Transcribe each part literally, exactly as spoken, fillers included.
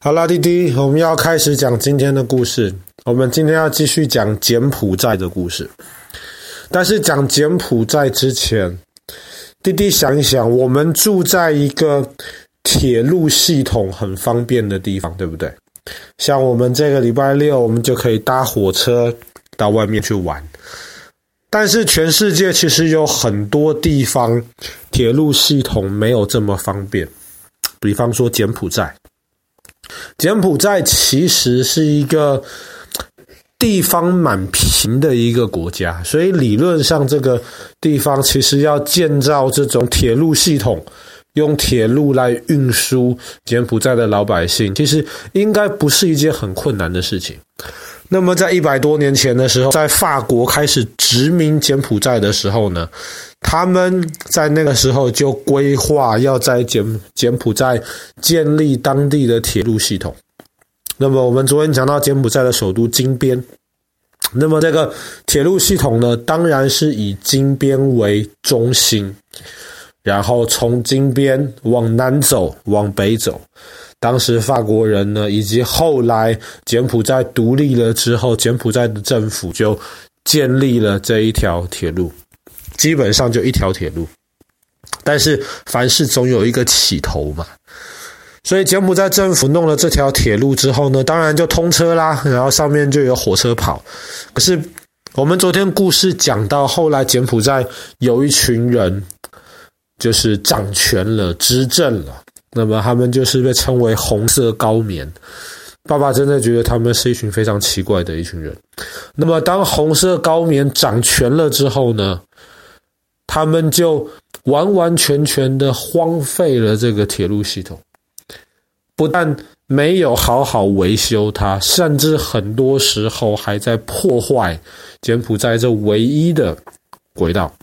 好啦，弟弟，我们要开始讲今天的故事。我们今天要继续讲柬埔寨的故事。但是讲柬埔寨之前，弟弟想一想，我们住在一个铁路系统很方便的地方，对不对？像我们这个礼拜六，我们就可以搭火车到外面去玩。但是全世界其实有很多地方铁路系统没有这么方便，比方说柬埔寨。柬埔寨其实是一个地方蛮平的一个国家，所以理论上这个地方其实要建造这种铁路系统，用铁路来运输柬埔寨的老百姓，其实应该不是一件很困难的事情。那么在一百多年前的时候，在法国开始殖民柬埔寨的时候呢，他们在那个时候就规划要在柬柬埔寨建立当地的铁路系统。那么我们昨天讲到柬埔寨的首都金边，那么这个铁路系统呢，当然是以金边为中心，然后从金边往南走，往北走。当时法国人呢，以及后来柬埔寨独立了之后，柬埔寨的政府就建立了这一条铁路，基本上就一条铁路。但是凡事总有一个起头嘛，所以柬埔寨政府弄了这条铁路之后呢，当然就通车啦，然后上面就有火车跑。可是我们昨天故事讲到后来柬埔寨有一群人就是掌权了，执政了，那么他们就是被称为红色高棉。爸爸真的觉得他们是一群非常奇怪的一群人。那么当红色高棉掌权了之后呢，他们就完完全全的荒废了这个铁路系统，不但没有好好维修它，甚至很多时候还在破坏柬埔寨这唯一的轨道。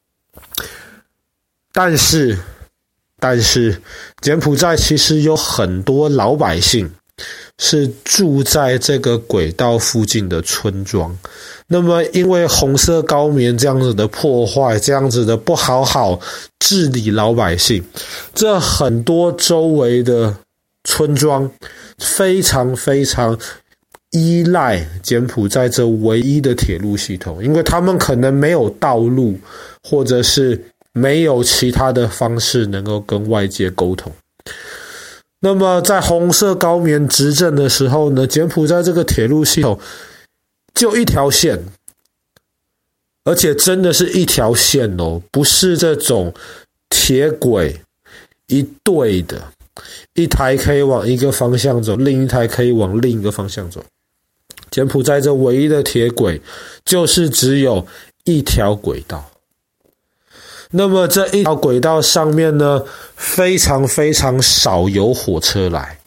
但是但是柬埔寨其实有很多老百姓是住在这个轨道附近的村庄，那么因为红色高棉这样子的破坏，这样子的不好好治理老百姓，这很多周围的村庄非常非常依赖柬埔寨这唯一的铁路系统，因为他们可能没有道路，或者是没有其他的方式能够跟外界沟通。那么在红色高棉执政的时候呢，柬埔寨这个铁路系统就一条线，而且真的是一条线哦，不是这种铁轨一对的，一台可以往一个方向走，另一台可以往另一个方向走。柬埔寨这唯一的铁轨就是只有一条轨道。那么这一条轨道上面呢，非常非常少有火车来，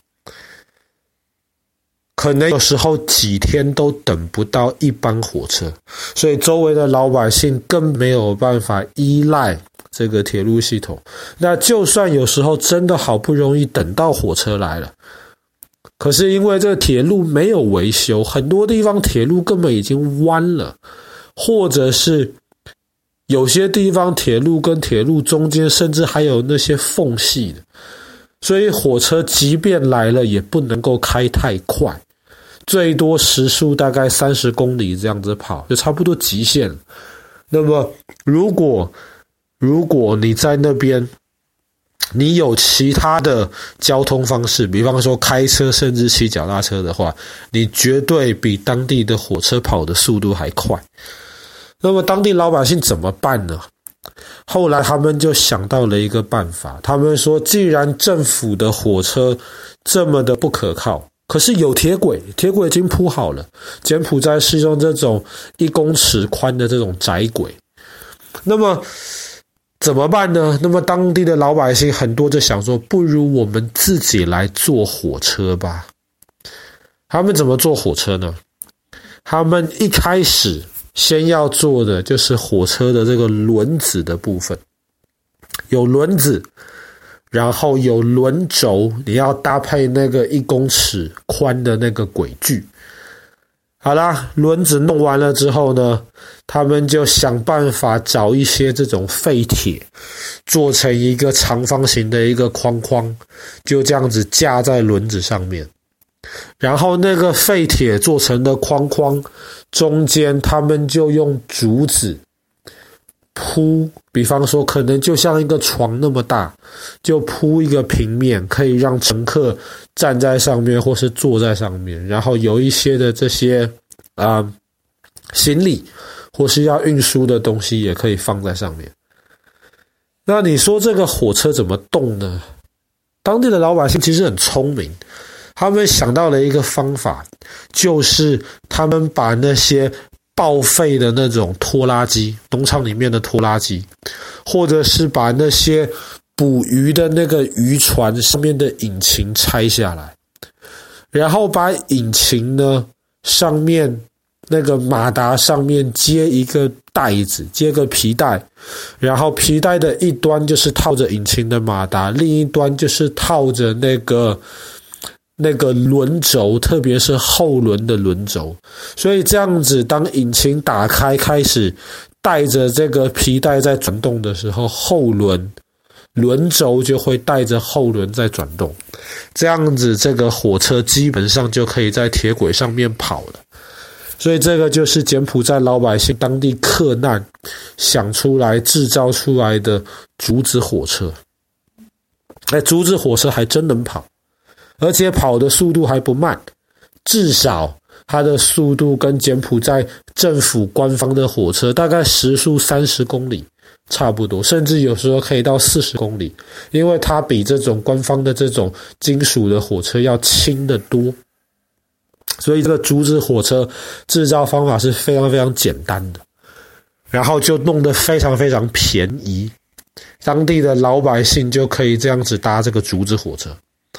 可能有时候几天都等不到一班火车，所以周围的老百姓更没有办法依赖这个铁路系统。那就算有时候真的好不容易等到火车来了，可是因为这个铁路没有维修，很多地方铁路根本已经弯了，或者是有些地方铁路跟铁路中间甚至还有那些缝隙的，所以火车即便来了也不能够开太快，最多时速大概三十公里这样子跑，就差不多极限了。那么如果如果你在那边你有其他的交通方式，比方说开车甚至骑脚踏车的话，你绝对比当地的火车跑的速度还快。那么当地老百姓怎么办呢？后来他们就想到了一个办法，他们说既然政府的火车这么的不可靠，可是有铁轨，铁轨已经铺好了，柬埔寨是用这种一公尺宽的这种窄轨，那么怎么办呢？那么当地的老百姓很多就想说，不如我们自己来坐火车吧。他们怎么坐火车呢？他们一开始先要做的就是火车的这个轮子的部分，有轮子，然后有轮轴，你要搭配那个一公尺宽的那个轨距。好啦，轮子弄完了之后呢，他们就想办法找一些这种废铁，做成一个长方形的一个框框，就这样子架在轮子上面。 然后那个废铁做成的框框中间，他们就用竹子铺，比方说可能就像一个床那么大，就铺一个平面，可以让乘客站在上面或是坐在上面，然后有一些的这些啊、呃、行李或是要运输的东西也可以放在上面。那你说这个火车怎么动呢？当地的老百姓其实很聪明，他们想到了一个方法，就是他们把那些报废的那种拖拉机，农场里面的拖拉机，或者是把那些捕鱼的那个渔船上面的引擎拆下来，然后把引擎呢上面那个马达上面接一个带子，接个皮带，然后皮带的一端就是套着引擎的马达，另一端就是套着那个那个轮轴，特别是后轮的轮轴。所以这样子，当引擎打开开始带着这个皮带在转动的时候，后轮轮轴就会带着后轮在转动，这样子这个火车基本上就可以在铁轨上面跑了。所以这个就是柬埔寨老百姓当地克难想出来制造出来的竹子火车。哎，竹子火车还真能跑，而且跑的速度还不慢，至少它的速度跟柬埔寨政府官方的火车大概时速三十公里差不多，甚至有时候可以到四十公里，因为它比这种官方的这种金属的火车要轻得多。所以这个竹子火车制造方法是非常非常简单的，然后就弄得非常非常便宜，当地的老百姓就可以这样子搭这个竹子火车。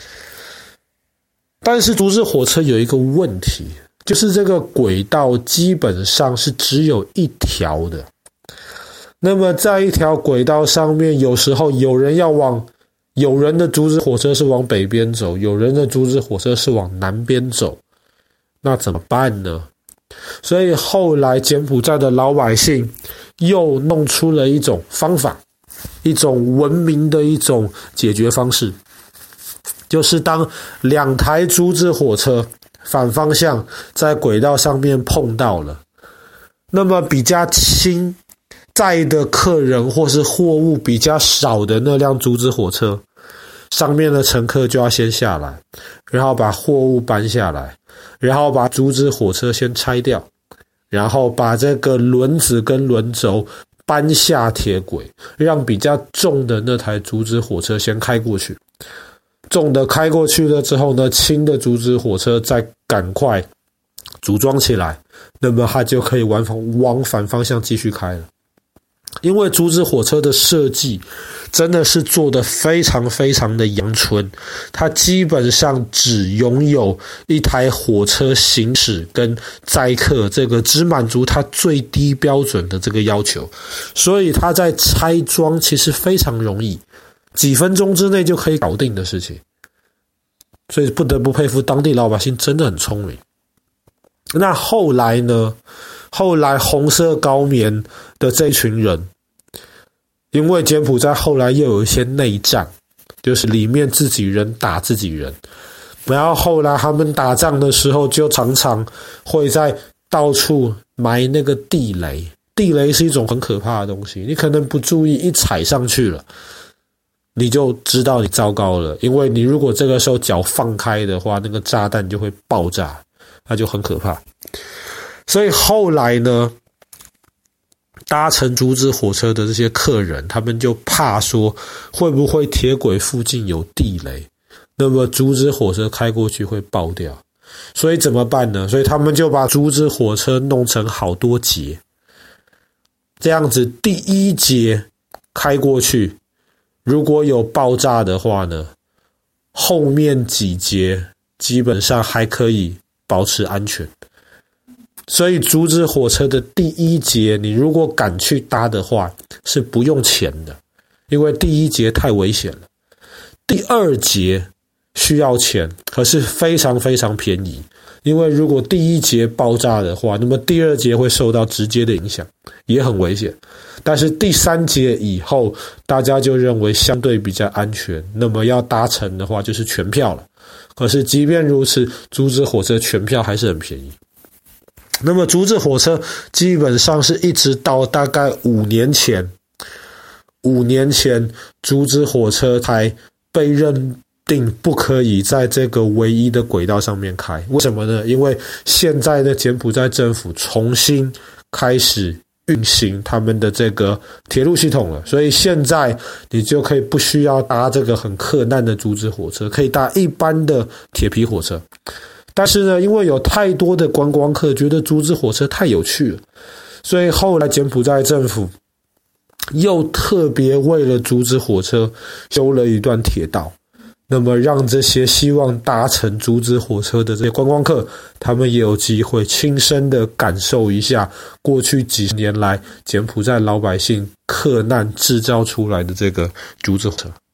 但是竹子火车有一个问题，就是这个轨道基本上是只有一条的。那么在一条轨道上面，有时候有人要往，有人的竹子火车是往北边走，有人的竹子火车是往南边走，那怎么办呢？所以后来柬埔寨的老百姓又弄出了一种方法，一种文明的一种解决方式，就是当两台竹子火车反方向在轨道上面碰到了，那么比较轻载的客人或是货物比较少的那辆竹子火车上面的乘客就要先下来，然后把货物搬下来，然后把竹子火车先拆掉，然后把这个轮子跟轮轴搬下铁轨，让比较重的那台竹子火车先开过去。重的开过去了之后呢，轻的竹子火车再赶快组装起来，那么它就可以往往反方向继续开了。因为竹子火车的设计真的是做得非常非常的阳春，它基本上只拥有一台火车行驶跟载客，这个只满足它最低标准的这个要求，所以它在拆装其实非常容易，几分钟之内就可以搞定的事情。所以不得不佩服当地老百姓真的很聪明。那后来呢？后来红色高棉的这群人，因为柬埔寨后来又有一些内战，就是里面自己人打自己人，然后后来他们打仗的时候就常常会在到处埋那个地雷。地雷是一种很可怕的东西，你可能不注意一踩上去了，你就知道你糟糕了，因为你如果这个时候脚放开的话，那个炸弹就会爆炸，那就很可怕。所以后来呢，搭乘竹子火车的这些客人，他们就怕说会不会铁轨附近有地雷，那么竹子火车开过去会爆掉。所以怎么办呢？所以他们就把竹子火车弄成好多节，这样子第一节开过去，如果有爆炸的话呢，后面几节基本上还可以保持安全。所以竹子火车的第一节，你如果敢去搭的话，是不用钱的，因为第一节太危险了。第二节需要钱，可是非常非常便宜。因为如果第一节爆炸的话，那么第二节会受到直接的影响，也很危险。但是第三节以后，大家就认为相对比较安全，那么要搭乘的话就是全票了。可是即便如此，竹子火车全票还是很便宜。那么竹子火车基本上是一直到大概五年前，五年前竹子火车才被认定不可以在这个唯一的轨道上面开。为什么呢？因为现在的柬埔寨政府重新开始运行他们的这个铁路系统了，所以现在你就可以不需要搭这个很克难的竹子火车，可以搭一般的铁皮火车。但是呢，因为有太多的观光客觉得竹子火车太有趣了，所以后来柬埔寨政府又特别为了竹子火车修了一段铁道，那么让这些希望搭乘竹子火车的这些观光客，他们也有机会亲身的感受一下过去几十年来柬埔寨老百姓克难制造出来的这个竹子火车。